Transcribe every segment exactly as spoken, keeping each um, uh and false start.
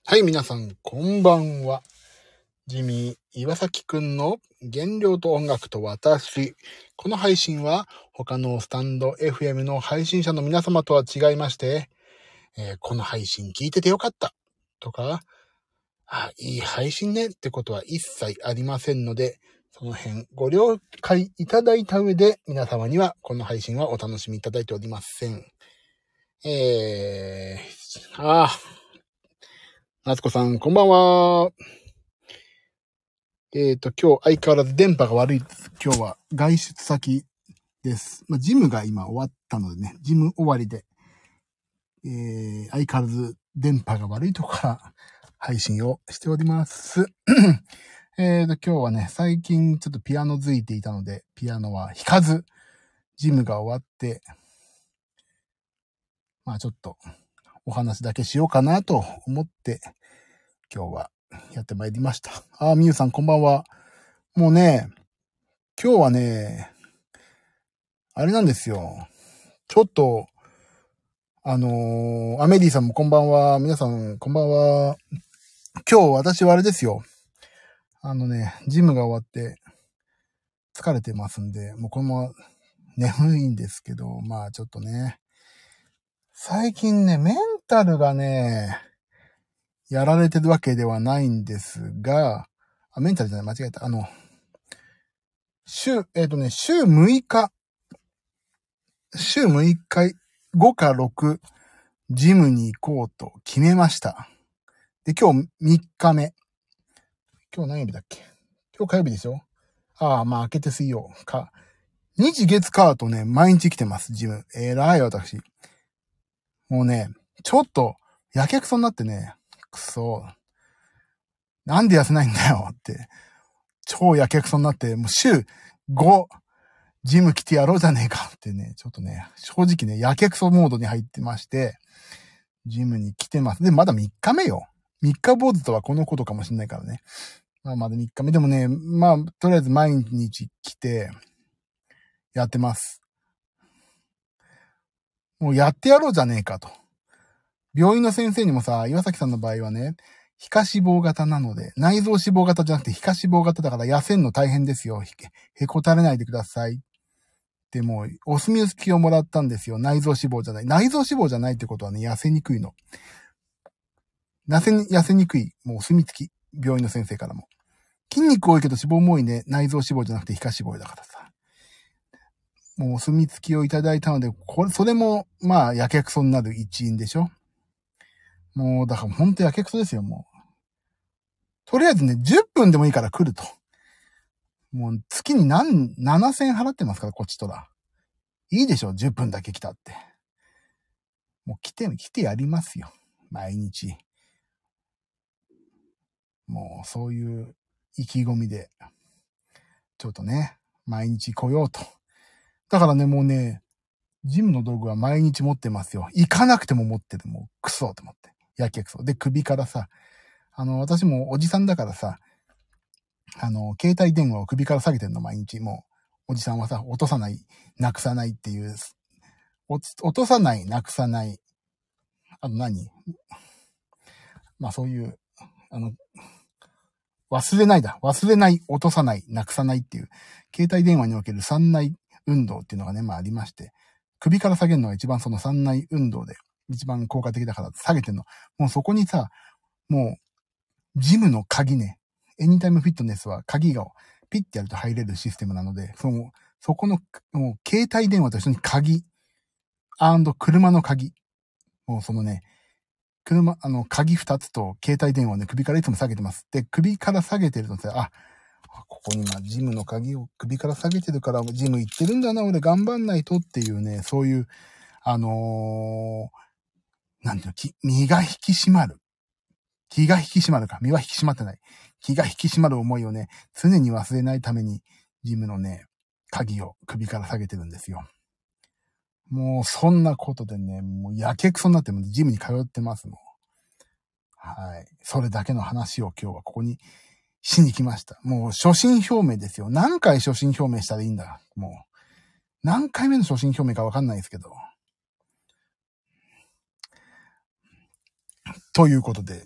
はい、皆さん、こんばんは。ジミー岩崎くんの原料と音楽と私。この配信は他のスタンド エフエム の配信者の皆様とは違いまして、えーこの配信聞いててよかったとか、あ、いい配信ねってことは一切ありませんので、その辺ご了解いただいた上で皆様にはこの配信はお楽しみいただいておりません。えー、あー、夏子さん、こんばんは。えっと、今日相変わらず電波が悪いです。今日は外出先です。まあ、ジムが今終わったのでね、ジム終わりで、えー、相変わらず電波が悪いとこから配信をしております。えっと、今日はね、最近ちょっとピアノづいていたので、ピアノは弾かず、ジムが終わって、まあちょっとお話だけしようかなと思って、今日はやってまいりました。あー、みゆさんこんばんは。もうね、今日はね、あれなんですよ。ちょっと、あのー、アメリーさんもこんばんは。皆さん、こんばんは。今日私はあれですよ。あのね、ジムが終わって疲れてますんで、もうこのまま眠いんですけど、まあちょっとね。最近ね、メンタルがね、やられてるわけではないんですが、あ、メンタルじゃない、間違えた。あの、週、えっとね、週むいか、週むいか、ごかろく、ジムに行こうと決めました。で、今日みっかめ。今日何曜日だっけ？今日火曜日でしょ？ああ、まあ明けて水曜か。日月火とね、毎日来てます、ジム。えらい私。もうね、ちょっと、やけくそになってね、くそ。なんで痩せないんだよって。超やけくそになって、もう週ご、ジム来てやろうじゃねえかってね、ちょっとね、正直ね、やけくそモードに入ってまして、ジムに来てます。で、まだみっかめよ。みっか坊主とはこのことかもしれないからね。まあまだみっかめでもね、まあ、とりあえず毎日来て、やってます。もうやってやろうじゃねえかと。病院の先生にもさ、岩崎さんの場合はね、皮下脂肪型なので、内臓脂肪型じゃなくて皮下脂肪型だから痩せんの大変ですよ。へ、へこたれないでください。でも、お墨付きをもらったんですよ。内臓脂肪じゃない。内臓脂肪じゃないってことはね、痩せにくいの。痩せに、痩せにくい。もうお墨付き。病院の先生からも。筋肉多いけど脂肪も多いね。内臓脂肪じゃなくて皮下脂肪だからさ。もうお墨付きをいただいたので、これ、それも、まあ、やけくそになる一因でしょ。もう、だからほんとやけくそですよ、もう。とりあえずね、じゅっぷんでもいいから来ると。もう、月に何、ななせん払ってますから、こっちとら。いいでしょ、じゅっぷんだけ来たって。もう来て、来てやりますよ。毎日。もう、そういう意気込みで、ちょっとね、毎日来ようと。だからね、もうね、ジムの道具は毎日持ってますよ。行かなくても持ってる。もう、クソと思って。やけくそ。で、首からさ、あの、私もおじさんだからさ、あの、携帯電話を首から下げてるの、毎日。もう、おじさんはさ、落とさない、なくさないっていう、落とさない、なくさない。あと何？まあそういう、あの、忘れないだ。忘れない、落とさない、なくさないっていう、携帯電話における三内運動っていうのがね、まあありまして、首から下げるのが一番その三内運動で、一番効果的だから下げてんの。もうそこにさ、もう、ジムの鍵ね。エニタイムフィットネスは鍵がピッてやると入れるシステムなので、その、そこの、もう携帯電話と一緒に鍵、アンド車の鍵。もうそのね、車、あの、鍵二つと携帯電話ね、首からいつも下げてます。で、首から下げてるとさ、あ、ここにまあ、ジムの鍵を首から下げてるから、ジム行ってるんだな、俺頑張んないとっていうね、そういう、あのー、なんていうの、き身が引き締まる。気が引き締まるか。身は引き締まってない。気が引き締まる思いをね、常に忘れないために、ジムのね、鍵を首から下げてるんですよ。もう、そんなことでね、もう、やけくそになってもジムに通ってますもん。はい。それだけの話を今日はここにしに来ました。もう、初心表明ですよ。何回初心表明したらいいんだ。もう、何回目の初心表明かわかんないですけど。ということで、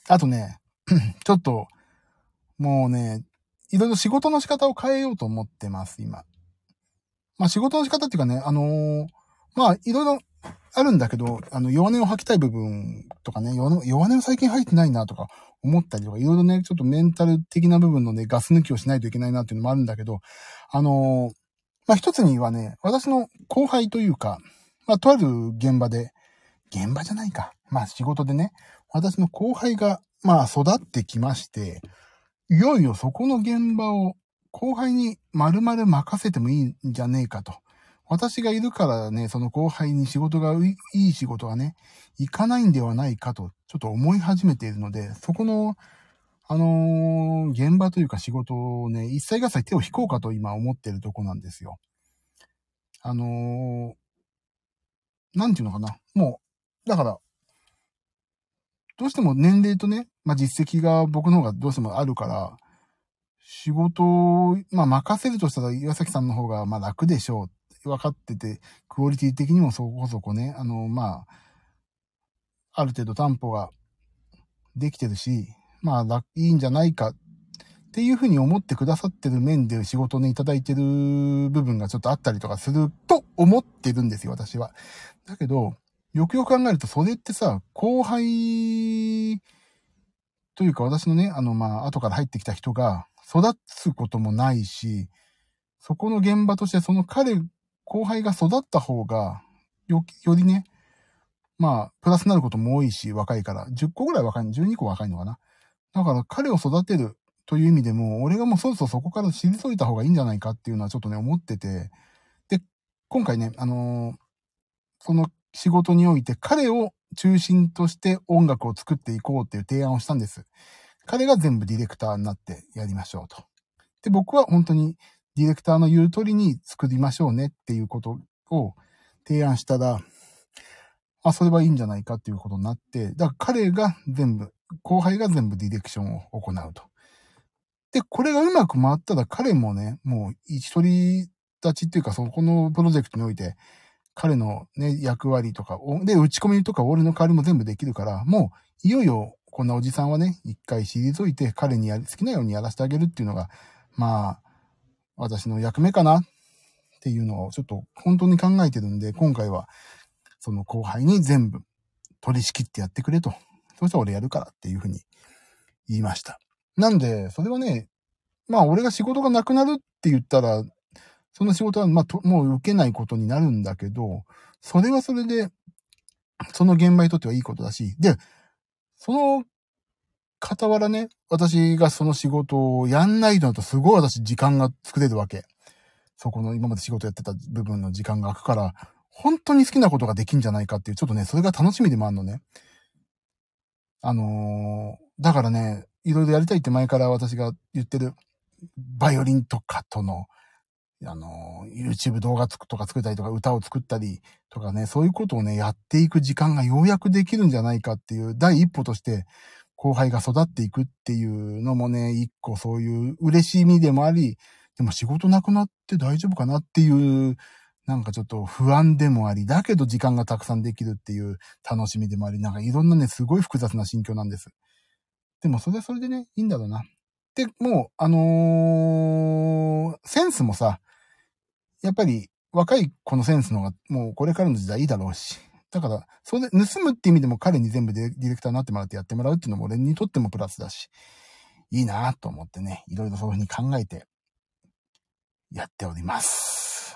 あとね、ちょっと、もうね、いろいろ仕事の仕方を変えようと思ってます、今。まあ仕事の仕方っていうかね、あのー、まあいろいろあるんだけど、あの、弱音を吐きたい部分とかね、弱音を最近吐いてないなとか思ったりとか、いろいろね、ちょっとメンタル的な部分のね、ガス抜きをしないといけないなっていうのもあるんだけど、あのー、まあ一つにはね、私の後輩というか、まあとある現場で、現場じゃないか。まあ仕事でね、私の後輩が、まあ育ってきまして、いよいよそこの現場を後輩に丸々任せてもいいんじゃねえかと。私がいるからね、その後輩に仕事がいい仕事がね、いかないんではないかと、ちょっと思い始めているので、そこの、あのー、現場というか仕事をね、一切合切手を引こうかと今思っているとこなんですよ。あのー、なんていうのかな。もう、だから、どうしても年齢とね、まあ、実績が僕の方がどうしてもあるから、仕事を、まあ、任せるとしたら岩崎さんの方が、まあ、楽でしょう。分かってて、クオリティ的にもそこそこね、あの、まあ、ある程度担保ができてるし、まあ、楽いいんじゃないかっていうふうに思ってくださってる面で仕事をね、いただいてる部分がちょっとあったりとかすると思ってるんですよ、私は。だけど、よくよく考えると、それってさ、後輩というか私のね、あの、まあ、後から入ってきた人が育つこともないし、そこの現場としてその彼、後輩が育った方が、よ、よりね、まあ、プラスになることも多いし、若いから。じゅっこぐらい若い、じゅうにこ若いのかな。だから彼を育てるという意味でも、俺がもうそろそろそこから退いた方がいいんじゃないかっていうのはちょっとね、思ってて。で、今回ね、あのー、その仕事において彼を中心として音楽を作っていこうっていう提案をしたんです。彼が全部ディレクターになってやりましょうと。で、僕は本当にディレクターの言う通りに作りましょうねっていうことを提案したら、あ、それはいいんじゃないかっていうことになって、だから彼が全部、後輩が全部ディレクションを行うと。で、これがうまく回ったら彼もね、もう一人立ちっていうか、そこのプロジェクトにおいて、彼のね、役割とか、で、打ち込みとか俺の代わりも全部できるから、もう、いよいよ、こんなおじさんはね、一回退いて彼にや好きなようにやらせてあげるっていうのが、まあ、私の役目かなっていうのをちょっと本当に考えてるんで、今回は、その後輩に全部取り仕切ってやってくれと。そしたら俺やるからっていうふうに言いました。なんで、それはね、まあ俺が仕事がなくなるって言ったら、その仕事はまあともう受けないことになるんだけど、それはそれで、その現場にとってはいいことだし、で、その傍らね、私がその仕事をやんないとなるとすごい私時間が作れるわけ。そこの今まで仕事やってた部分の時間が空くから、本当に好きなことができんじゃないかっていう、ちょっとね、それが楽しみでもあるのね。あのー、だからね、いろいろやりたいって前から私が言ってる、バイオリンとかとの、あのー、YouTube 動画とか作ったりとか、歌を作ったりとかね、そういうことをね、やっていく時間がようやくできるんじゃないかっていう第一歩として、後輩が育っていくっていうのもね、一個そういう嬉しみでもあり、でも仕事なくなって大丈夫かなっていう、なんかちょっと不安でもあり、だけど時間がたくさんできるっていう楽しみでもあり、なんかいろんなね、すごい複雑な心境なんです。でもそれはそれでね、いいんだろうな。で、もう、あのー、センスもさ、やっぱり若い子のセンスの方がもうこれからの時代いいだろうし。だから、それで盗むって意味でも彼に全部ディレクターになってもらってやってもらうっていうのも俺にとってもプラスだし、いいなと思ってね、いろいろそういうふうに考えてやっております。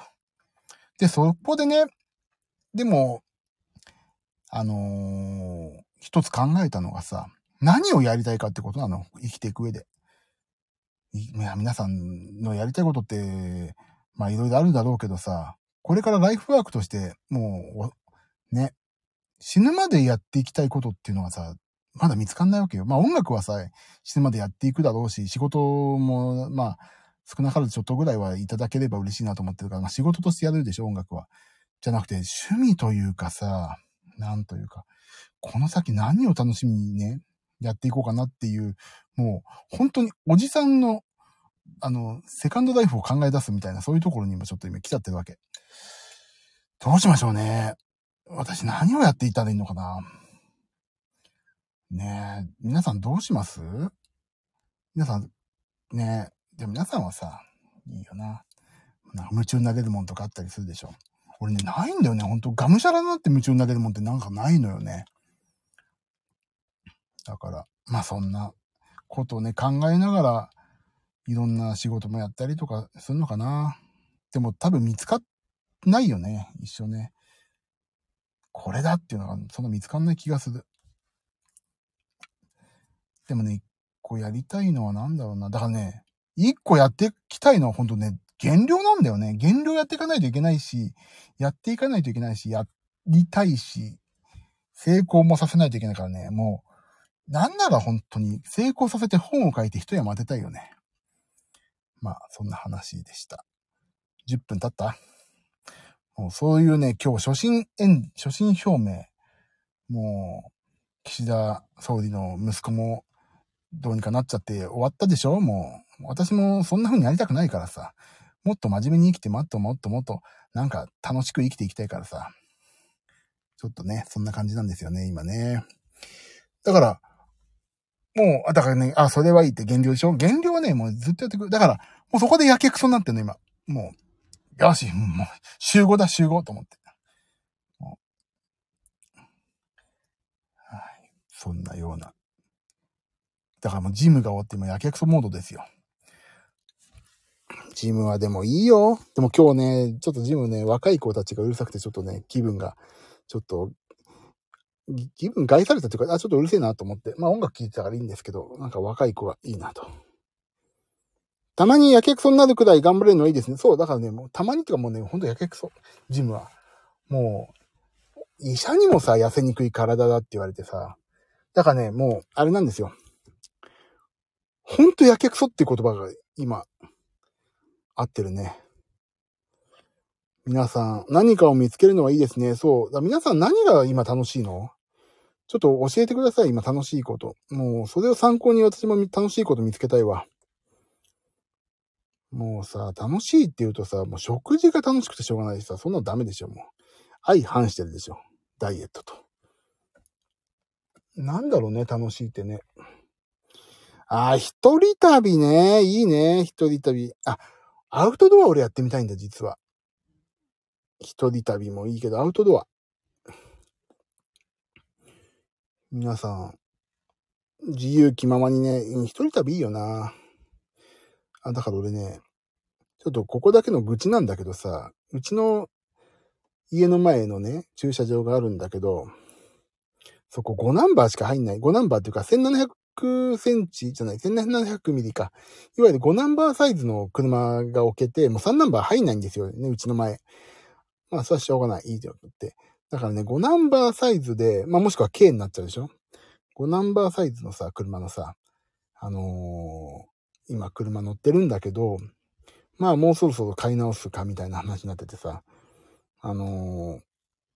で、そこでね、でも、あのー、一つ考えたのがさ、何をやりたいかってことなの。生きていく上で。いや、皆さんのやりたいことって、まあいろいろあるだろうけどさ、これからライフワークとして、もう、ね、死ぬまでやっていきたいことっていうのがさ、まだ見つかんないわけよ。まあ音楽はさ、死ぬまでやっていくだろうし、仕事も、まあ、少なからずちょっとぐらいはいただければ嬉しいなと思ってるから、まあ仕事としてやるでしょ、音楽は。じゃなくて、趣味というかさ、なんというか、この先何を楽しみにね、やっていこうかなっていう、もう、本当におじさんの、あの、セカンドライフを考え出すみたいな、そういうところにもちょっと今来ちゃってるわけ。どうしましょうね。私何をやっていったらいいのかな。 ねえ、皆さんどうします？皆さん、ねえ、でも皆さんはさ、いいよな。なんか夢中になれるもんとかあったりするでしょ。俺ね、ないんだよね。ほんと、がむしゃらになって夢中になれるもんってなんかないのよね。だから、まあそんなことをね、考えながら、いろんな仕事もやったりとかするのかな。でも多分見つかっないよね。一緒ね。これだっていうのが、そんな見つかんない気がする。でもね、一個やりたいのはなんだろうな。だからね、一個やっていきたいのはほんとね、減量なんだよね。減量やっていかないといけないし、やっていかないといけないし、やりたいし、成功もさせないといけないからね、もう、なんなら本当に成功させて本を書いて一山当てたいよね。まあ、そんな話でした。じゅっぷん経った？もうそういうね、今日初心演、初心表明。もう、岸田総理の息子もどうにかなっちゃって終わったでしょ？もう、私もそんな風にやりたくないからさ。もっと真面目に生きて、もっともっともっと、なんか楽しく生きていきたいからさ。ちょっとね、そんな感じなんですよね、今ね。だから、もう、だからね、あ、それはいいって減量でしょ？減量はね、もうずっとやってくる。だから、もうそこでやけくそになってんの、今。もう、よし、もう、集合だ、集合と思って。もうはい。そんなような。だからもうジムが終わって今やけくそモードですよ。ジムはでもいいよ。でも今日ね、ちょっとジムね、若い子たちがうるさくてちょっとね、気分が、ちょっと、気分害されたというか、あ、ちょっとうるせえなと思って。まあ音楽聴いてたからいいんですけど、なんか若い子がいいなと。たまにやけくそになるくらい頑張れるのはいいですね。そう、だからね、もうたまにってかもうね、ほんとやけくそ。ジムは。もう、医者にもさ、痩せにくい体だって言われてさ。だからね、もう、あれなんですよ。ほんとやけくそっていう言葉が今、合ってるね。皆さん、何かを見つけるのはいいですね。そう。だ皆さん何が今楽しいの？ちょっと教えてください。今楽しいこと。もう、それを参考に私も楽しいこと見つけたいわ。もうさ、楽しいって言うとさ、もう食事が楽しくてしょうがないしさ、そんなのダメでしょ、もう。相反してるでしょ。ダイエットと。なんだろうね、楽しいってね。あー、一人旅ね。いいね、一人旅。あ、アウトドア俺やってみたいんだ、実は。一人旅もいいけど、アウトドア。皆さん、自由気ままにね、一人旅いいよな。あ、だから俺ね、ちょっとここだけの愚痴なんだけどさ、うちの家の前のね、駐車場があるんだけど、そこごナンバーしか入んない。ごナンバーっていうかせんななひゃくセンチじゃない、せんななひゃくミリか。いわゆるごナンバーサイズの車が置けて、もうさんナンバー入んないんですよね、うちの前。まあ、それはしょうがない。いいよって。だからね、ごナンバーサイズで、まあもしくは K になっちゃうでしょ？ ご ナンバーサイズのさ、車のさ、あのー、今車乗ってるんだけど、まあもうそろそろ買い直すかみたいな話になっててさ、あのー、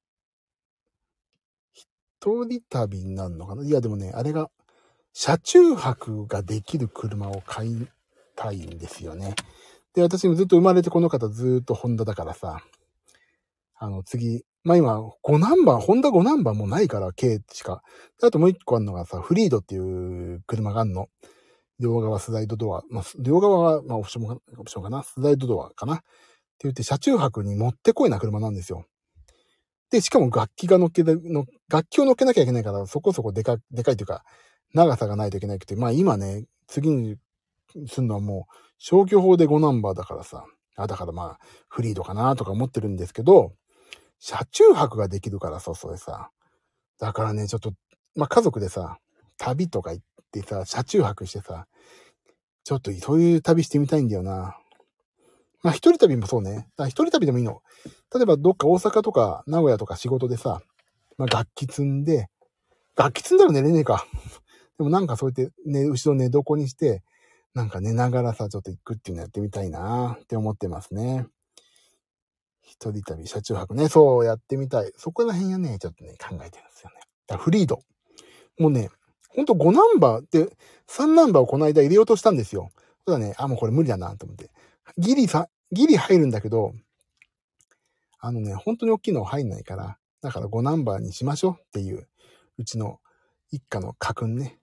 一人旅になるのかな？いやでもね、あれが、車中泊ができる車を買いたいんですよね。で、私もずっと生まれてこの方ずっとホンダだからさ、あの次、まあ今、ごナンバー、ホンダごナンバーもないから、K しか。であともう一個あるのがさ、フリードっていう車があるの。両側スライドドア。まあ、両側は、まあ、オプション、オプションかな。スライドドアかな。って言って、車中泊にもってこいな車なんですよ。で、しかも楽器が乗っけて、の楽器を乗っけなきゃいけないから、そこそこでか、でかいというか、長さがないといけないくて、まあ今ね、次にするのはもう、消去法でごナンバーだからさ、あ、だからまあ、フリードかなとか思ってるんですけど、車中泊ができるからさ、それさ。だからね、ちょっと、まあ家族でさ、旅とか行ってさ、車中泊してさ、ちょっとそういう旅してみたいんだよな。まあ一人旅もそうね。一人旅でもいいの。例えばどっか大阪とか名古屋とか仕事でさ、まあ楽器積んで、楽器積んだら寝れねえか。でもなんかそうやってね、後ろ寝床にして、なんか寝ながらさ、ちょっと行くっていうのやってみたいなって思ってますね。一人旅、車中泊ね、そうやってみたい。そこら辺はね、ちょっとね、考えてるんですよね。だからフリード。もうね、ほんとごナンバーで、さんナンバーをこの間入れようとしたんですよ。ただね、あ、もうこれ無理だなと思って。ギリさ、ギリ入るんだけど、あのね、本当に大きいの入んないから、だからごナンバーにしましょうっていう、うちの一家の家訓ね。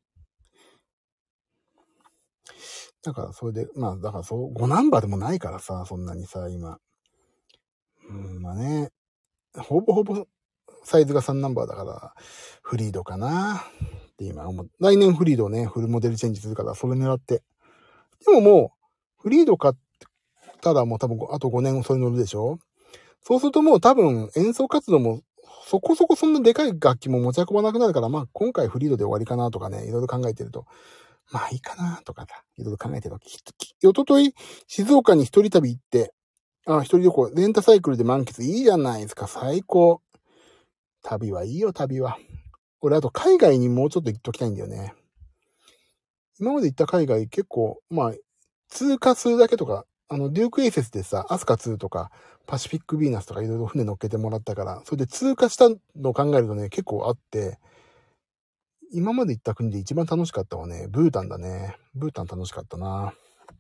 だからそれで、まあだからそう、ごナンバーでもないからさ、そんなにさ、今。うん、まあね、ほぼほぼサイズがさんナンバーだから、フリードかなって今思う。来年フリードをね、フルモデルチェンジするから、それ狙って。でももう、フリード買ったらもう多分、あとごねんそれ乗るでしょ。そうするともう多分演奏活動もそこそこそんなでかい楽器も持ち運ばなくなるから、まあ今回フリードで終わりかなとかね、いろいろ考えてると、まあいいかなとかさ、いろいろ考えてるわけ。おととい、静岡に一人旅行って、あ、一人旅行、レンタサイクルで満喫いいじゃないですか、最高。旅はいいよ、旅は。俺あと海外にもうちょっと行っときたいんだよね。今まで行った海外結構、まあ、通過するだけとか、あの、デュークエイセスでさ、アスカツーとか、パシフィックヴィーナスとかいろいろ船乗っけてもらったから、それで通過したのを考えるとね、結構あって、今まで行った国で一番楽しかったのはね、ブータンだね。ブータン楽しかったな。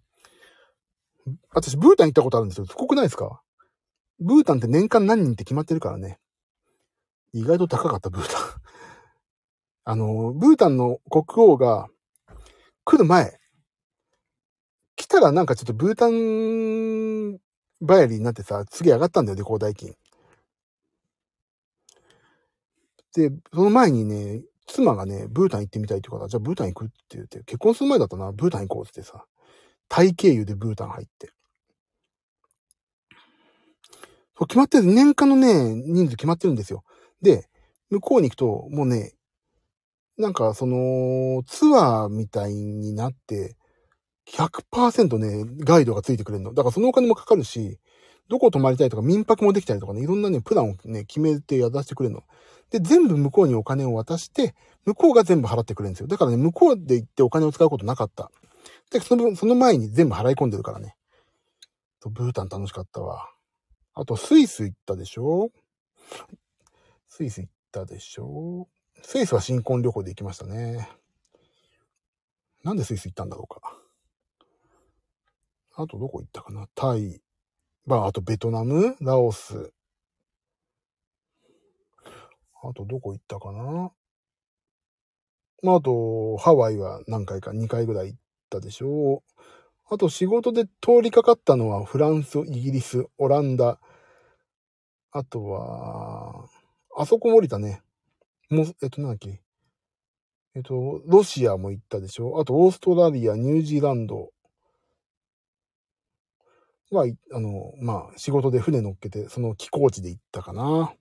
私、ブータン行ったことあるんですよ。すごくないですか？ブータンって年間何人って決まってるからね。意外と高かった、ブータン。あの、ブータンの国王が来る前、来たらなんかちょっとブータンバヤリになってさ、次上がったんだよ、旅行代金。で、その前にね、妻がね、ブータン行ってみたいって言うから、じゃあブータン行くって言って、結婚する前だったな、ブータン行こうってさ、タイ経由でブータン入って。そう決まってる、年間のね、人数決まってるんですよ。で、向こうに行くと、もうね、なんかその、ツアーみたいになって、ひゃくパーセント ね、ガイドがついてくれるの。だからそのお金もかかるし、どこ泊まりたいとか民泊もできたりとかね、いろんなね、プランをね、決めてやらせてくれるの。で、全部向こうにお金を渡して、向こうが全部払ってくれるんですよ。だからね、向こうで行ってお金を使うことなかった。で、その、その前に全部払い込んでるからね。ブータン楽しかったわ。あと、スイス行ったでしょ？スイス行ったでしょ？スイスは新婚旅行で行きましたね。なんでスイス行ったんだろうか。あとどこ行ったかな？タイ。まあ、あとベトナム、ラオス。あとどこ行ったかな？まあ、あと、ハワイは何回か、にかいぐらい行ったでしょう。あと仕事で通りかかったのはフランス、イギリス、オランダ。あとは、あそこも降りたね。もう、えっと、なんだっけ。えっと、ロシアも行ったでしょ。あと、オーストラリア、ニュージーランドは、あの、まあ、仕事で船乗っけて、その寄港地で行ったかな。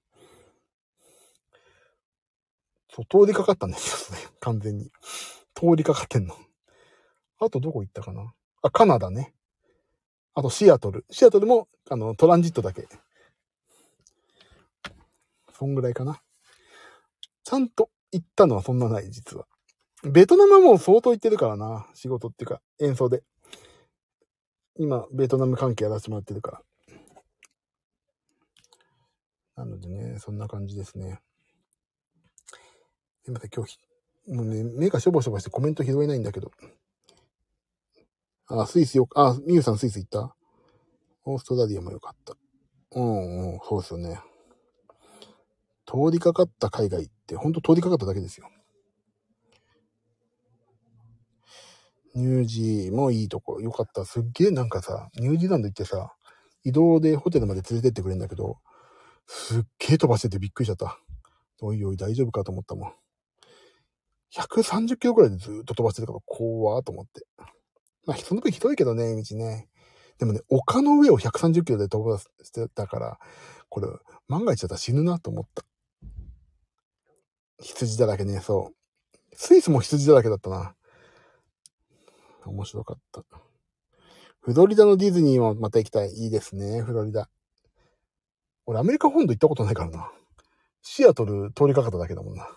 そう、通りかかったんですよ、それ。完全に。通りかかってんの。あと、どこ行ったかな。あ、カナダね。あと、シアトル。シアトルも、あの、トランジットだけ。そんぐらいかな。ちゃんと行ったのはそんなない、実は。ベトナムはもう相当行ってるからな。仕事っていうか、演奏で。今、ベトナム関係やらせてもらってるから。なのでね、そんな感じですね。すいません、今日、もうね、目がしょぼしょぼしてコメント拾えないんだけど。あ、スイスよ、あ、ミユさんスイス行った？オーストラリアもよかった。うん、うん、そうですよね。通りかかった海外って、ほんと通りかかっただけですよ。ニュージーもいいとこ、よかった。すっげえなんかさ、ニュージーランド行ってさ、移動でホテルまで連れてってくれるんだけど、すっげえ飛ばしててびっくりしちゃった。おいおい大丈夫かと思ったもん。ひゃくさんじゅっキロくらいでずっと飛ばしてるから怖ーと思って。まあ、その分ひどいけどね、道ね。でもね、丘の上をひゃくさんじゅっキロで飛ばしてたから、これ、万が一だったら死ぬなと思った。羊だらけね、そう。スイスも羊だらけだったな。面白かった。フロリダのディズニーもまた行きたい。いいですね、フロリダ。俺アメリカ本土行ったことないからな。シアトル通りかかっただけだもんな。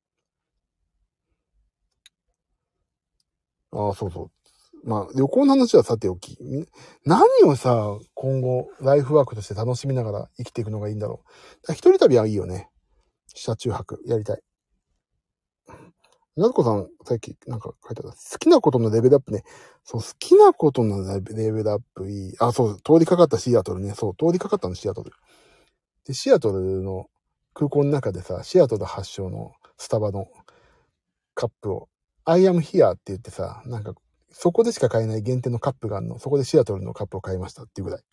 ああ、そうそう。まあ、旅行の話はさておき。何をさ、今後、ライフワークとして楽しみながら生きていくのがいいんだろう。一人旅はいいよね。車中泊、やりたい。なずこさん、さっきなんか書いてあった。好きなことのレベルアップね。そう、好きなことのレベルアップいい。あ、そう、通りかかったシアトルね。そう、通りかかったのシアトル。で、シアトルの空港の中でさ、シアトル発祥のスタバのカップを、I am here って言ってさ、なんか、そこでしか買えない限定のカップがあるの。そこでシアトルのカップを買いましたっていうぐらい。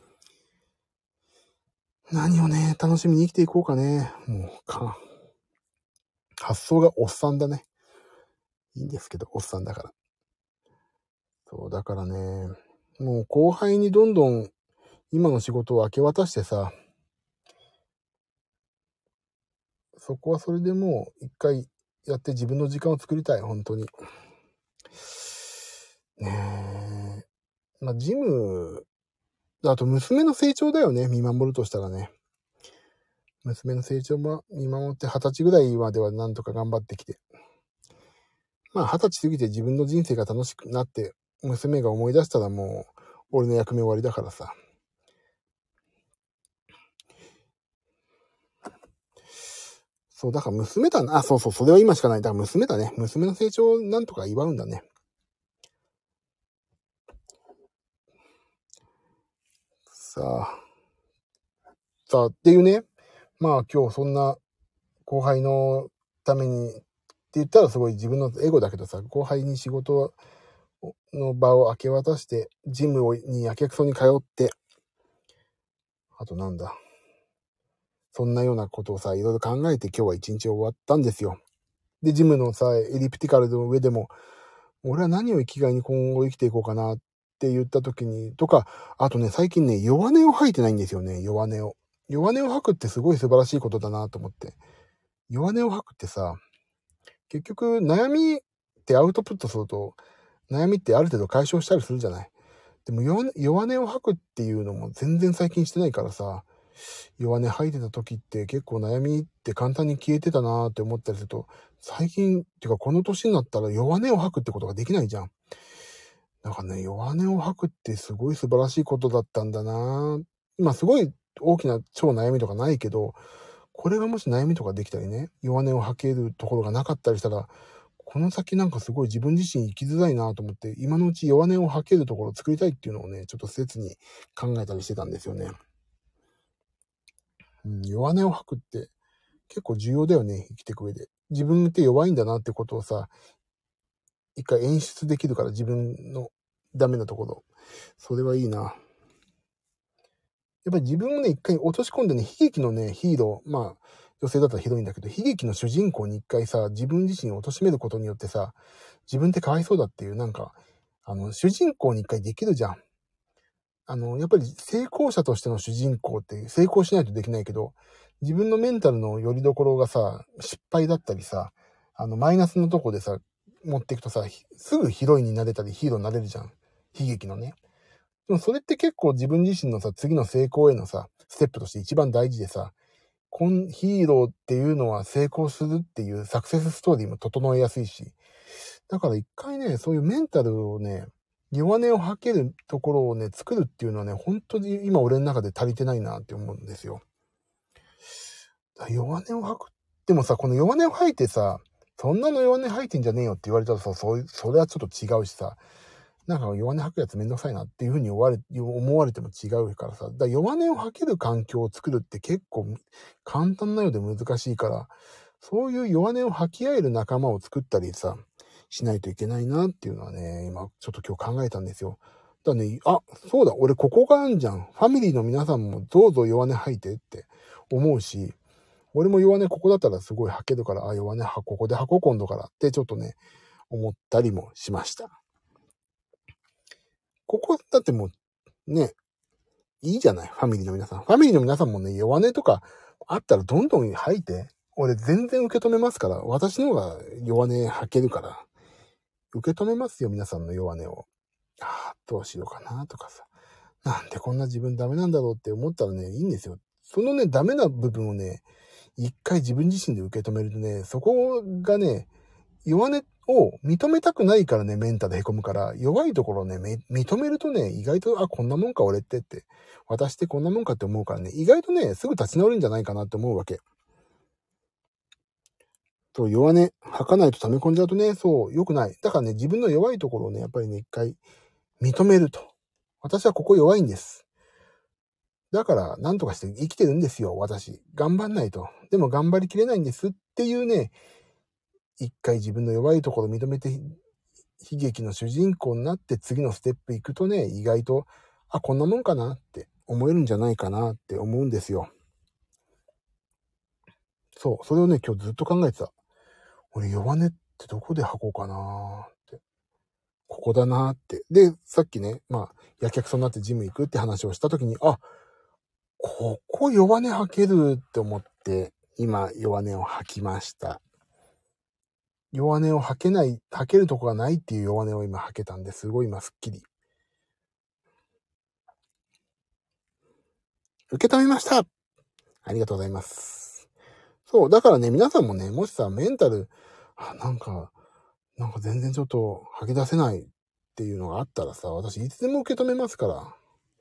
何をね、楽しみに生きていこうかね。もうか、発想がおっさんだね。いいんですけど、おっさんだから。そう、だからね、もう後輩にどんどん今の仕事を明け渡してさ、そこはそれでもう一回やって自分の時間を作りたい、本当に。ねえ。まあ、ジム、あと娘の成長だよね、見守るとしたらね。娘の成長も見守って二十歳ぐらいまではなんとか頑張ってきて。まあ二十歳過ぎて自分の人生が楽しくなって、娘が思い出したらもう、俺の役目終わりだからさ。そう、だから娘だな。あ、そうそう、それは今しかない。だから娘だね。娘の成長をなんとか祝うんだね。さあ。さあ、っていうね。まあ今日そんな後輩のためにって言ったらすごい自分のエゴだけどさ、後輩に仕事の場を明け渡して、ジムにやけくそに通って、あとなんだ。そんなようなことをさ、いろいろ考えて今日は一日終わったんですよ。で、ジムのさ、エリプティカルの上でも、俺は何を生きがいに今後生きていこうかなって言った時に、とか、あとね、最近ね、弱音を吐いてないんですよね、弱音を。弱音を吐くってすごい素晴らしいことだなと思って。弱音を吐くってさ、結局悩みってアウトプットすると、悩みってある程度解消したりするじゃない。でも弱音を吐くっていうのも全然最近してないからさ、弱音吐いてた時って結構悩みって簡単に消えてたなーって思ったりすると、最近、っていうかこの年になったら弱音を吐くってことができないじゃん。だからね、弱音を吐くってすごい素晴らしいことだったんだなー。今すごい大きな超悩みとかないけど、これがもし悩みとかできたりね、弱音を吐けるところがなかったりしたら、この先なんかすごい自分自身生きづらいなと思って、今のうち弱音を吐けるところを作りたいっていうのをね、ちょっと切に考えたりしてたんですよね。うん、弱音を吐くって結構重要だよね、生きていく上で。自分って弱いんだなってことをさ、一回演出できるから、自分のダメなところ。それはいいな。やっぱり自分をね、一回落とし込んでね、悲劇のね、ヒーロー、まあ、女性だったらひどいんだけど、悲劇の主人公に一回さ、自分自身を貶めることによってさ、自分ってかわいそうだっていう、なんか、あの、主人公に一回できるじゃん。あの、やっぱり成功者としての主人公って成功しないとできないけど、自分のメンタルの拠り所がさ、失敗だったりさ、あの、マイナスのとこでさ、持っていくとさ、すぐヒロインになれたりヒーローになれるじゃん。悲劇のね。でもそれって結構自分自身のさ、次の成功へのさ、ステップとして一番大事でさ、こんヒーローっていうのは成功するっていうサクセスストーリーも整えやすいし、だから一回ね、そういうメンタルをね、弱音を吐けるところをね、作るっていうのはね、本当に今俺の中で足りてないなって思うんですよ。弱音を吐く。でもさ、この弱音を吐いてさ、そんなの弱音吐いてんじゃねえよって言われたらさ、そ, それはちょっと違うしさ、なんか弱音吐くやつめんどくさいなっていうふうに思われ思われても違うからさ、だ弱音を吐ける環境を作るって結構簡単なようで難しいから、そういう弱音を吐き合える仲間を作ったりさ、しないといけないなっていうのはね、今ちょっと今日考えたんですよ。だからね、あ、そうだ、俺ここがあんじゃん。ファミリーの皆さんもどうぞ弱音吐いてって思うし、俺も弱音ここだったらすごい吐けるから、あ、弱音はここで吐こう今度からってちょっとね、思ったりもしました。ここだってもうね、いいじゃない、ファミリーの皆さん。ファミリーの皆さんもね、弱音とかあったらどんどん吐いて、俺全然受け止めますから、私の方が弱音吐けるから、受け止めますよ、皆さんの弱音を。ああ、どうしようかなとかさ。なんでこんな自分ダメなんだろうって思ったらね、いいんですよ。そのね、ダメな部分をね、一回自分自身で受け止めるとね、そこがね、弱音を認めたくないからね、メンタル凹むから、弱いところをね、認めるとね、意外と、あ、こんなもんか俺ってって、私ってこんなもんかって思うからね、意外とね、すぐ立ち直るんじゃないかなって思うわけ。と、弱音吐かないと溜め込んじゃうとね、そう、良くない。だからね、自分の弱いところをね、やっぱりね、一回認めると。私はここ弱いんです。だから、なんとかして生きてるんですよ、私。頑張んないと。でも頑張りきれないんですっていうね、 一回自分の弱いところを認めて、悲劇の主人公になって次のステップ行くとね、意外と、あ、こんなもんかなって思えるんじゃないかなって思うんですよ。そう、それをね、今日ずっと考えてた。俺、弱音ってどこで吐こうかなって。ここだなって。で、さっきね、まあ、やけくそになってジム行くって話をしたときに、あ、ここ弱音吐けるって思って、今、弱音を吐きました。弱音を吐けない、吐けるとこがないっていう弱音を今吐けたんで、すごい今すっきり。受け止めました。ありがとうございます。そう、だからね、皆さんもね、もしさ、メンタル、あ、なんか、なんか全然ちょっと吐き出せないっていうのがあったらさ、私いつでも受け止めますから。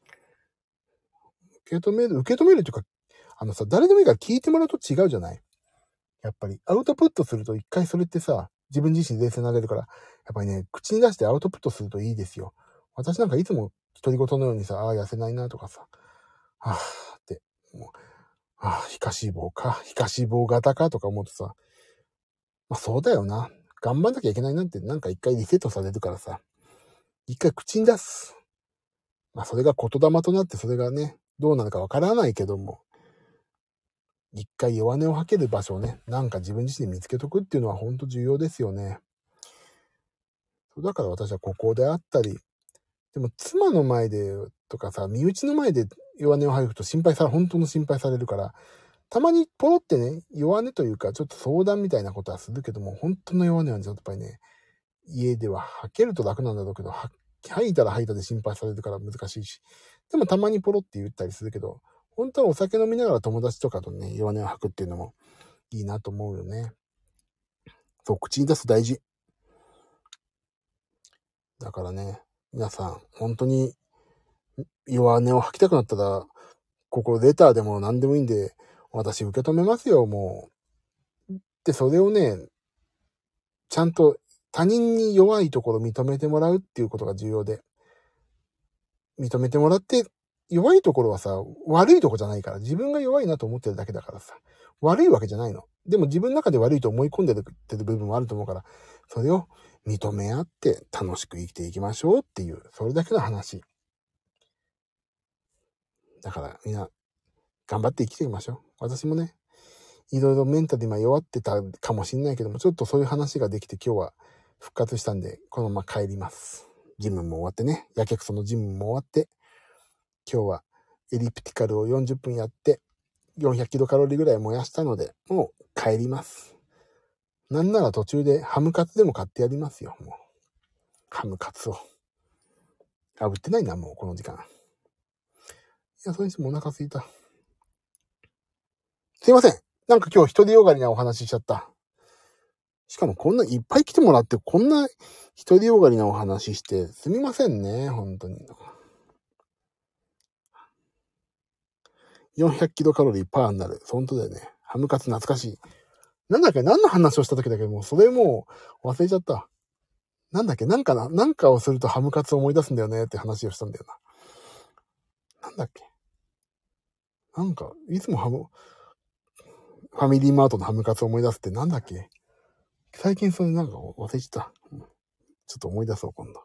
受け止める、受け止めるっていうか、あのさ、誰でもいいから聞いてもらうと違うじゃない？やっぱり、アウトプットすると一回それってさ、自分自身冷静になれるから、やっぱりね、口に出してアウトプットするといいですよ。私なんかいつも独り言のようにさ、ああ、痩せないなとかさ、はぁーって、もう、ああ、皮下脂肪か、皮下脂肪型かとか思うとさ、まあそうだよな。頑張んなきゃいけないなってなんか一回リセットされるからさ、一回口に出す。まあそれが言霊となってそれがね、どうなるかわからないけども、一回弱音を吐ける場所をね、なんか自分自身で見つけとくっていうのは本当重要ですよね。だから私はここであったり、でも妻の前でとかさ、身内の前で弱音を吐くと心配され、本当の心配されるから、たまにポロってね、弱音というかちょっと相談みたいなことはするけども、本当の弱音はちょっとやっぱりね、家では吐けると楽なんだろうけど、吐いたら吐いたで心配されるから難しいし、でもたまにポロって言ったりするけど、本当はお酒飲みながら友達とかとね、弱音を吐くっていうのもいいなと思うよね。そう、口に出す大事。だからね、皆さん、本当に弱音を吐きたくなったら、ここレターでも何でもいいんで、私受け止めますよ、もう。で、それをね、ちゃんと他人に弱いところを認めてもらうっていうことが重要で、認めてもらって、弱いところはさ、悪いとこじゃないから、自分が弱いなと思ってるだけだからさ、悪いわけじゃないの。でも自分の中で悪いと思い込んでるってる部分もあると思うから、それを認め合って楽しく生きていきましょうっていう、それだけの話。だからみんな、頑張って生きていきましょう。私もね、いろいろメンタル今弱ってたかもしんないけども、ちょっとそういう話ができて今日は復活したんで、このまま帰ります。ジムも終わってね、やけくそのジムも終わって、今日はエリプティカルをよんじゅっぷんやって、よんひゃくキロカロリーぐらい燃やしたので、もう帰ります。なんなら途中でハムカツでも買ってやりますよ、もう。ハムカツを。あ、売ってないな、もうこの時間。いや、それにしてもお腹すいた。すいません。なんか今日一人よがりなお話ししちゃった。しかもこんないっぱい来てもらって、こんな一人よがりなお話して、すみませんね、本当に。よんひゃくキロカロリーパーになる。本当だよね。ハムカツ懐かしい。なんだっけ何の話をした時だけど、もうそれもう忘れちゃった。なんだっけなんかななんかをするとハムカツを思い出すんだよねって話をしたんだよな。なんだっけなんか、いつもハム、ファミリーマートのハムカツを思い出すってなんだっけ最近それなんか忘れちゃった。ちょっと思い出そう、今度。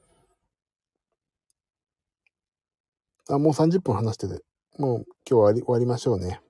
あ、もうさんじゅっぷん話してて。もう今日は終わり、終わりましょうね。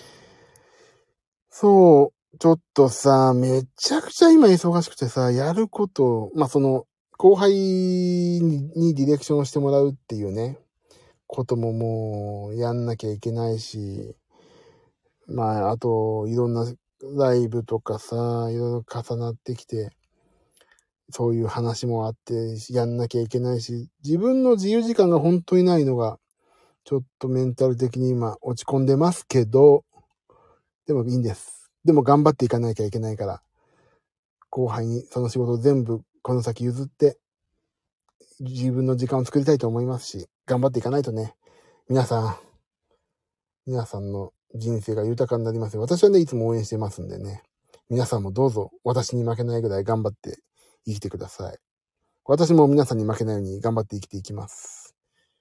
そう、ちょっとさ、めちゃくちゃ今忙しくてさ、やること、まあ、その、後輩ににディレクションをしてもらうっていうね、ことももうやんなきゃいけないし、まあ、あと、いろんなライブとかさ、いろいろ重なってきて、そういう話もあって、やんなきゃいけないし、自分の自由時間が本当にないのが、ちょっとメンタル的に今落ち込んでますけど、でもいいんです。でも頑張っていかなきゃいけないから、後輩にその仕事を全部この先譲って、自分の時間を作りたいと思いますし、頑張っていかないとね、皆さん、皆さんの人生が豊かになりますよ。私はね、いつも応援してますんでね。皆さんもどうぞ私に負けないぐらい頑張って生きてください。私も皆さんに負けないように頑張って生きていきます。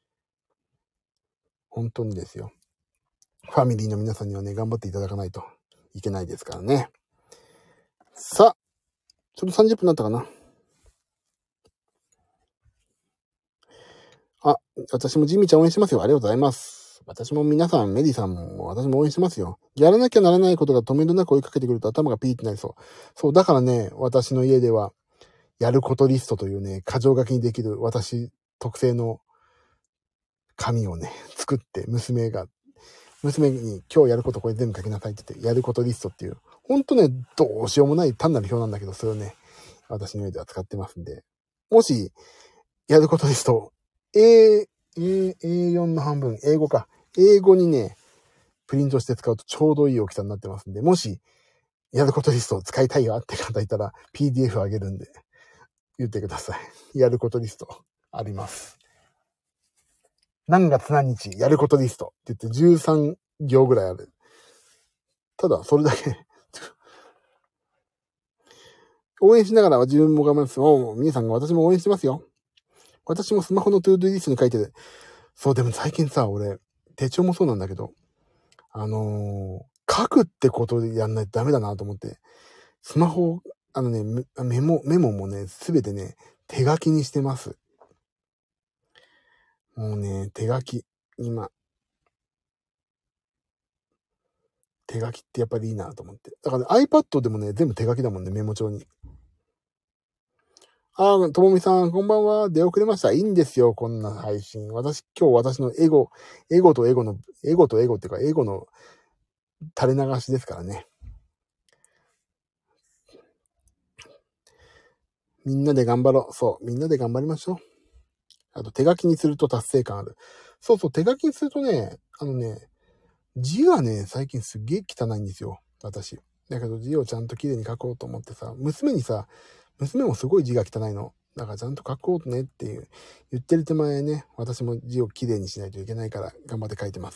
本当にですよ。ファミリーの皆さんにはね、頑張っていただかないといけないですからね。さあ、 ちょっとさんじゅっぷんになったかな。あ、私もジミーちゃん応援してますよ。ありがとうございます。私も皆さん、メディさんも私も応援してますよ。やらなきゃならないことが止めどなく追いかけてくると頭がピーってなりそう。そう、だからね、私の家では、やることリストというね、箇条書きにできる私特製の紙をね、作って、娘が、娘に今日やることこれ全部書きなさいって言って、やることリストっていう、ほんとね、どうしようもない単なる表なんだけど、それをね、私の家では使ってますんで、もし、やることリスト、A、A、エーよん の半分、英語か。英語にね、プリントして使うとちょうどいい大きさになってますんで、もし、やることリストを使いたいわって方いたら、ピーディーエフ あげるんで、言ってください。やることリスト、あります。何月何日、やることリストって言ってじゅうさん行ぐらいある。ただ、それだけ。応援しながら自分も頑張ります。お皆さんが私も応援してますよ。私もスマホのトゥードゥリストに書いてる。そう、でも最近さ、俺、手帳もそうなんだけど、あのー、書くってことでやんないとダメだなと思って、スマホ、あのね、メモ、メモもね、すべてね、手書きにしてます。もうね、手書き、今。手書きってやっぱりいいなと思って。だから、ね、iPad でもね、全部手書きだもんね、メモ帳に。あー、ともみさん、こんばんは。出遅れました。いいんですよ、こんな配信。私、今日私のエゴ、エゴとエゴの、エゴとエゴっていうか、エゴの垂れ流しですからね。みんなで頑張ろう。そう、みんなで頑張りましょう。あと、手書きにすると達成感ある。そうそう、手書きにするとね、あのね、字がね、最近すっげえ汚いんですよ、私。だけど字をちゃんと綺麗に書こうと思ってさ、娘にさ、娘もすごい字が汚いの。だからちゃんと書こうねっていう、言ってる手前ね、私も字を綺麗にしないといけないから頑張って書いてます。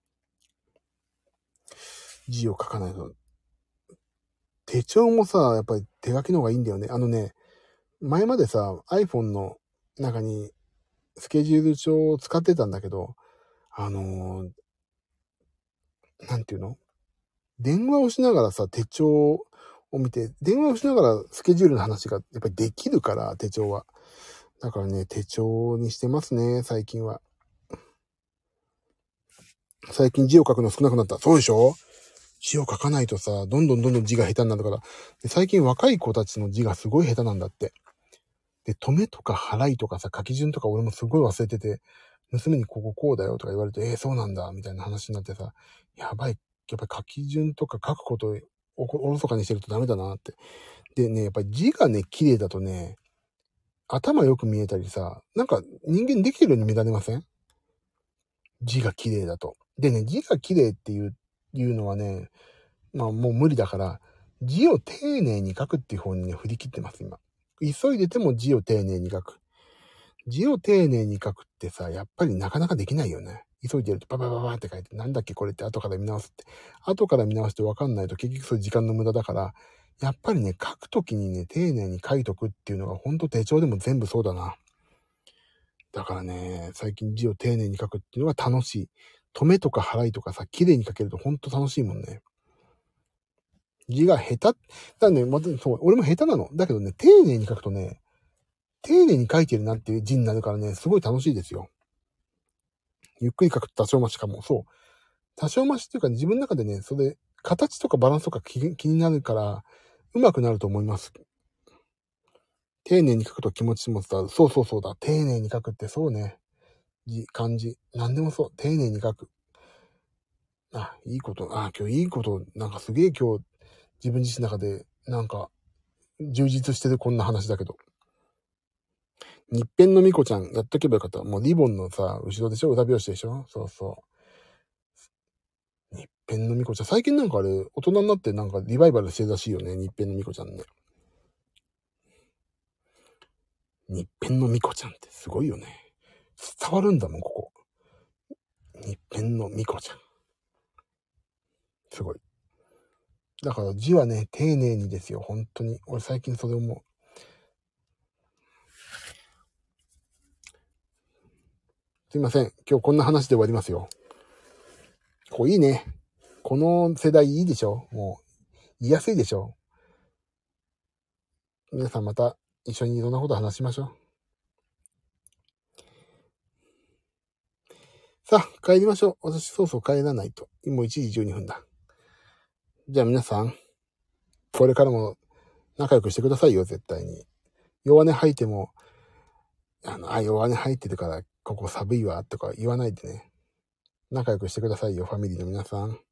字を書かないと。手帳もさ、やっぱり手書きの方がいいんだよね。あのね、前までさ、iPhone の中にスケジュール帳を使ってたんだけど、あのー、なんていうの？電話をしながらさ、手帳を見て、電話をしながらスケジュールの話がやっぱりできるから、手帳は。だからね、手帳にしてますね、最近は。最近字を書くの少なくなった。そうでしょ？字を書かないとさ、どんどんどんどん字が下手になるから。で最近若い子たちの字がすごい下手なんだって。で、止めとか払いとかさ、書き順とか俺もすごい忘れてて、娘にこここうだよとか言われて、えー、そうなんだ、みたいな話になってさ、やばい、やっぱり書き順とか書くことをおおろそかにしてるとダメだなって。でね、やっぱり字がね、綺麗だとね、頭よく見えたりさ、なんか人間できてるように見られません？字が綺麗だと。でね、字が綺麗っていう、いうのはね、まあもう無理だから、字を丁寧に書くっていう方にね、振り切ってます、今。急いでても字を丁寧に書く。字を丁寧に書くってさ、やっぱりなかなかできないよね。急いでるとババババって書いて、なんだっけこれって後から見直すって。後から見直してわかんないと結局そういう時間の無駄だから、やっぱりね、書くときにね、丁寧に書いとくっていうのがほんと手帳でも全部そうだな。だからね、最近字を丁寧に書くっていうのが楽しい。止めとか払いとかさ、綺麗に書けるとほんと楽しいもんね。字が下手、だね、また、そう、俺も下手なの。だけどね、丁寧に書くとね、丁寧に書いてるなっていう字になるからね、すごい楽しいですよ。ゆっくり書くと多少増しかも。そう。多少増しっていうか、自分の中でね、それ、形とかバランスとか気、気になるから、うまくなると思います。丁寧に書くと気持ちも伝わる。そうそうそうだ。丁寧に書くってそうね。字、漢字。何でもそう。丁寧に書く。あ、いいこと。あ、今日いいこと。なんかすげえ今日、自分自身の中で、なんか、充実してるこんな話だけど。日編のみこちゃん、やっとけばよかった。もうリボンのさ、後ろでしょ？裏表紙でしょ？そうそう。日編のみこちゃん。最近なんかあれ、大人になってなんかリバイバルしてるらしいよね。日編のみこちゃんね。日編のみこちゃんってすごいよね。伝わるんだもん、ここ。日編のみこちゃん。すごい。だから字はね、丁寧にですよ。本当に。俺最近それ思う。すいません。今日こんな話で終わりますよ。こういいね。この世代いいでしょ？もう、言いやすいでしょ？ 皆さんまた一緒にいろんなこと話しましょう。さあ、帰りましょう。私、そうそう帰らないと。もういちじじゅうにふんだ。じゃあ皆さん、これからも仲良くしてくださいよ、絶対に。弱音吐いても、あの、あ、弱音吐いてるから、ここ寒いわ、とか言わないでね。仲良くしてくださいよ、ファミリーの皆さん。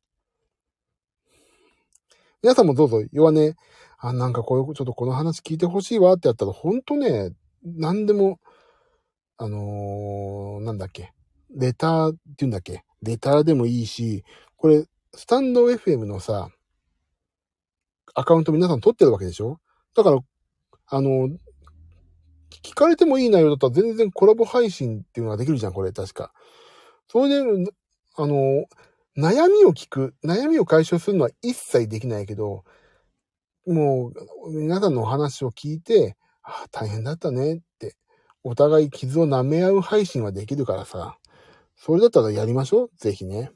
皆さんもどうぞ、弱音、あ、なんかこういう、ちょっとこの話聞いてほしいわってやったら、ほんとね、なんでも、あのー、なんだっけ、レターって言うんだっけ、レターでもいいし、これ、スタンド エフエム のさ、アカウント皆さん取ってるわけでしょ？だから、あの、聞かれてもいい内容だったら全然コラボ配信っていうのができるじゃん、これ、確か。それで、あの、悩みを聞く、悩みを解消するのは一切できないけど、もう、皆さんのお話を聞いて、ああ、大変だったねって、お互い傷を舐め合う配信はできるからさ、それだったらやりましょう、ぜひね。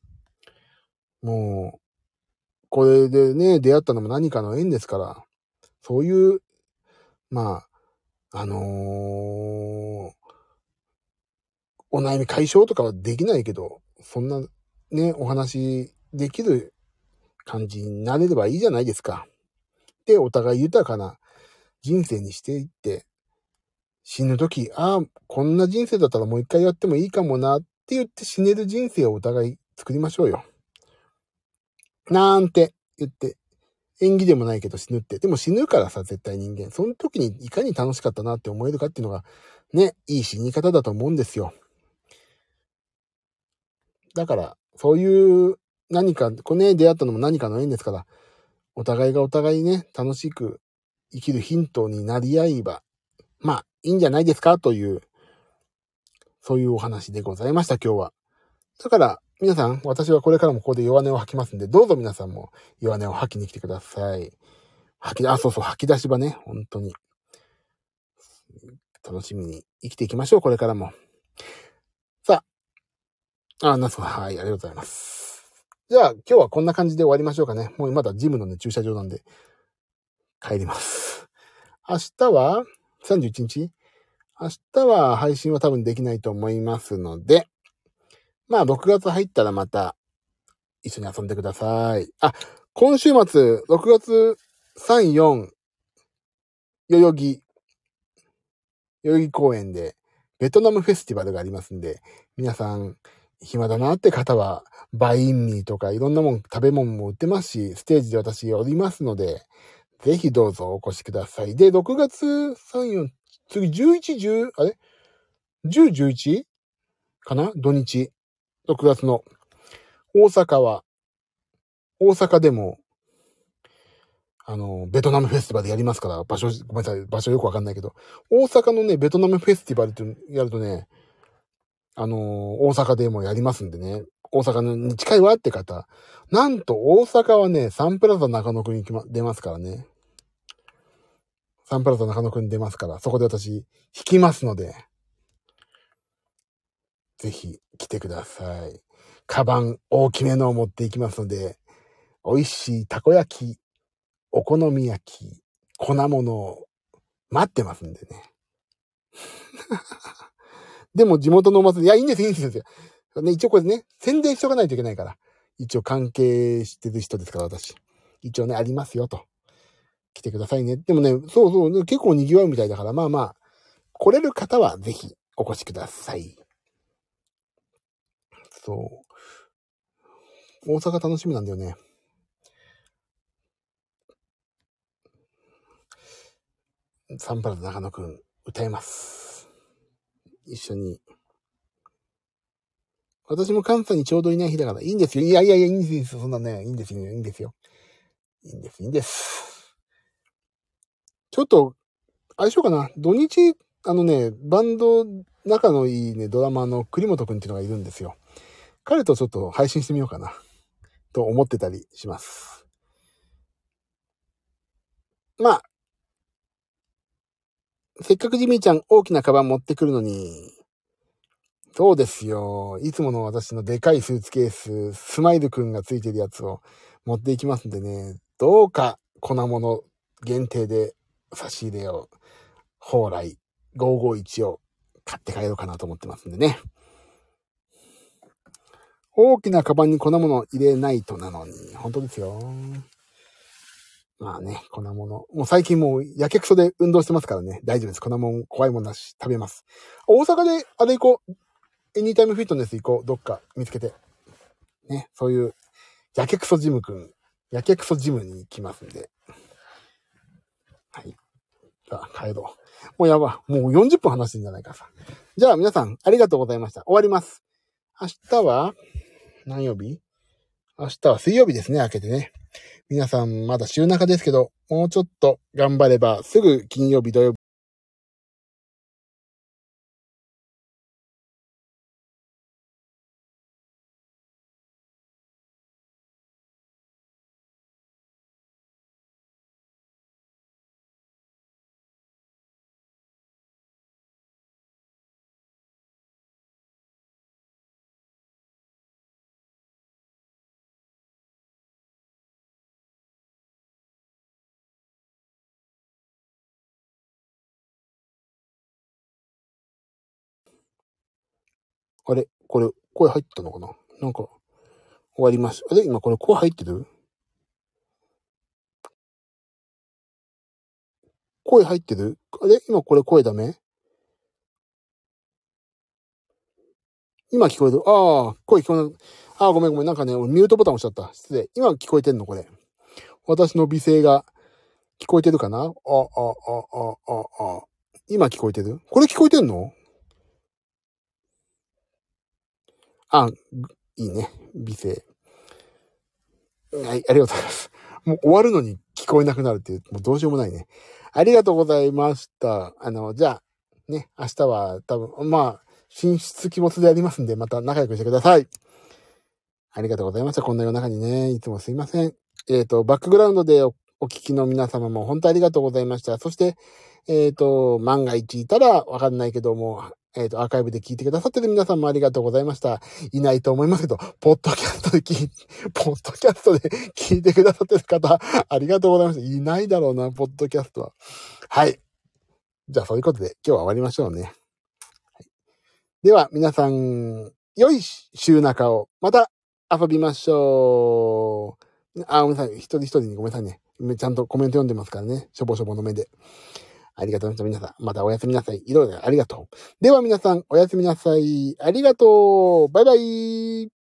もう、これでね、出会ったのも何かの縁ですから、そういう、まあ、あのー、お悩み解消とかはできないけど、そんなね、お話できる感じになれればいいじゃないですか。で、お互い豊かな人生にしていって、死ぬとき、ああ、こんな人生だったらもう一回やってもいいかもなって言って死ねる人生をお互い作りましょうよ。なんて言って、縁起でもないけど死ぬって。でも死ぬからさ、絶対人間。その時にいかに楽しかったなって思えるかっていうのが、ね、いい死に方だと思うんですよ。だから、そういう何か、これね、出会ったのも何かの縁ですから、お互いがお互いね、楽しく生きるヒントになり合えば、まあ、いいんじゃないですかという、そういうお話でございました、今日は。だから、皆さん、私はこれからもここで弱音を吐きますんで、どうぞ皆さんも弱音を吐きに来てください。吐き、あ、そうそう、吐き出し場ね、本当に。楽しみに生きていきましょう、これからも。さあ、あ、なすはい、ありがとうございます。じゃあ、今日はこんな感じで終わりましょうかね。もうまだジムのね、駐車場なんで、帰ります。明日は、さんじゅういちにち？明日は配信は多分できないと思いますので、まあ、ろくがつ入ったらまた、一緒に遊んでください。あ、今週末、ろくがつさん、よん、代々木、代々木公園で、ベトナムフェスティバルがありますんで、皆さん、暇だなって方は、バインミーとかいろんなもん、食べ物も売ってますし、ステージで私おりますので、ぜひどうぞお越しください。で、ろくがつさん、よん、次じゅういち、じゅう、あれ ?じゅう、じゅういち かな土日。ろくがつの。大阪は、大阪でも、あの、ベトナムフェスティバルやりますから、場所、ごめんなさい、場所よくわかんないけど、大阪のね、ベトナムフェスティバルってやるとね、あのー、大阪でもやりますんでね、大阪に近いわって方、なんと大阪はね、サンプラザ中野くんに出ますからね。サンプラザ中野くんに出ますから、そこで私、弾きますので、ぜひ来てください。カバン大きめのを持っていきますので、美味しいたこ焼き、お好み焼き、粉物、待ってますんでね。でも地元のお祭り、いや、いいんです、いいんですよ。ね、一応これね、宣伝しとかないといけないから。一応関係してる人ですから、私。一応ね、ありますよと。来てくださいね。でもね、そうそう、結構賑わうみたいだから、まあまあ、来れる方はぜひお越しください。そう。大阪楽しみなんだよね。サンパラザ中野くん、歌います。一緒に。私も関西にちょうどいない日だから、いいんですよ。いやいやいや、いいんですよ。そんなね、いいんですよ。いいんですよ。いいんです、いいんです。ちょっと、相性かな。土日、あのね、バンド、仲のいいね、ドラマーの栗本くんっていうのがいるんですよ。彼とちょっと配信してみようかな。と思ってたりします。まあ、せっかくジミーちゃん大きなカバン持ってくるのに、そうですよ。いつもの私のでかいスーツケース、スマイルくんがついてるやつを持っていきますんでね、どうか粉物限定で差し入れを、蓬莱ごーごーいちを買って帰ろうかなと思ってますんでね。大きなカバンに粉物入れないとなのに、本当ですよ。まあね、粉物。もう最近もうやけくそで運動してますからね。大丈夫です。粉物怖いもんなし、食べます。大阪であれ行こう。エニータイムフィットネス行こう。どっか見つけて。ね、そういう、やけくそジムくん、やけくそジムに行きますんで。はい。さあ、帰ろう。もうやば。もうよんじゅっぷん話してんじゃないかさ。じゃあ皆さん、ありがとうございました。終わります。明日は、何曜日？明日は水曜日ですね、明けてね。皆さん、まだ週中ですけど、もうちょっと頑張れば、すぐ金曜日、土曜日、あれこれ、声入ったのかな？なんか、終わります。あれ今これ声入ってる？声入ってる？あれ今これ声ダメ？今聞こえる？ああ、声聞こえない。ああ、ごめんごめん。なんかね、俺ミュートボタン押しちゃった。失礼。今聞こえてんのこれ。私の美声が聞こえてるかな？あ、あ、あ、あ、あ、あ。今聞こえてる？これ聞こえてんの？あ、いいね。美声。はい、ありがとうございます。もう終わるのに聞こえなくなるっていう、もうどうしようもないね。ありがとうございました。あの、じゃあ、ね、明日は多分、まあ、進出鬼没でやりますんで、また仲良くしてください。ありがとうございました。こんな夜中にね、いつもすいません。えっと、バックグラウンドでおお聞きの皆様も本当ありがとうございました。そして、えっと、万が一いたらわかんないけども、えっと、アーカイブで聞いてくださってる皆さんもありがとうございました。いないと思いますけど、ポッドキャストで聞い、ポッドキャストで聞いてくださってる方、ありがとうございました。いないだろうな、ポッドキャストは。はい。じゃあ、そういうことで今日は終わりましょうね。はい、では、皆さん、良い週中を、また遊びましょう。あ、ごめんなさい。一人一人にごめんなさいね。ちゃんとコメント読んでますからね。しょぼしょぼの目で。ありがとうございました。皆さん、またおやすみなさい。いろいろありがとう。では皆さん、おやすみなさい。ありがとう。バイバイ。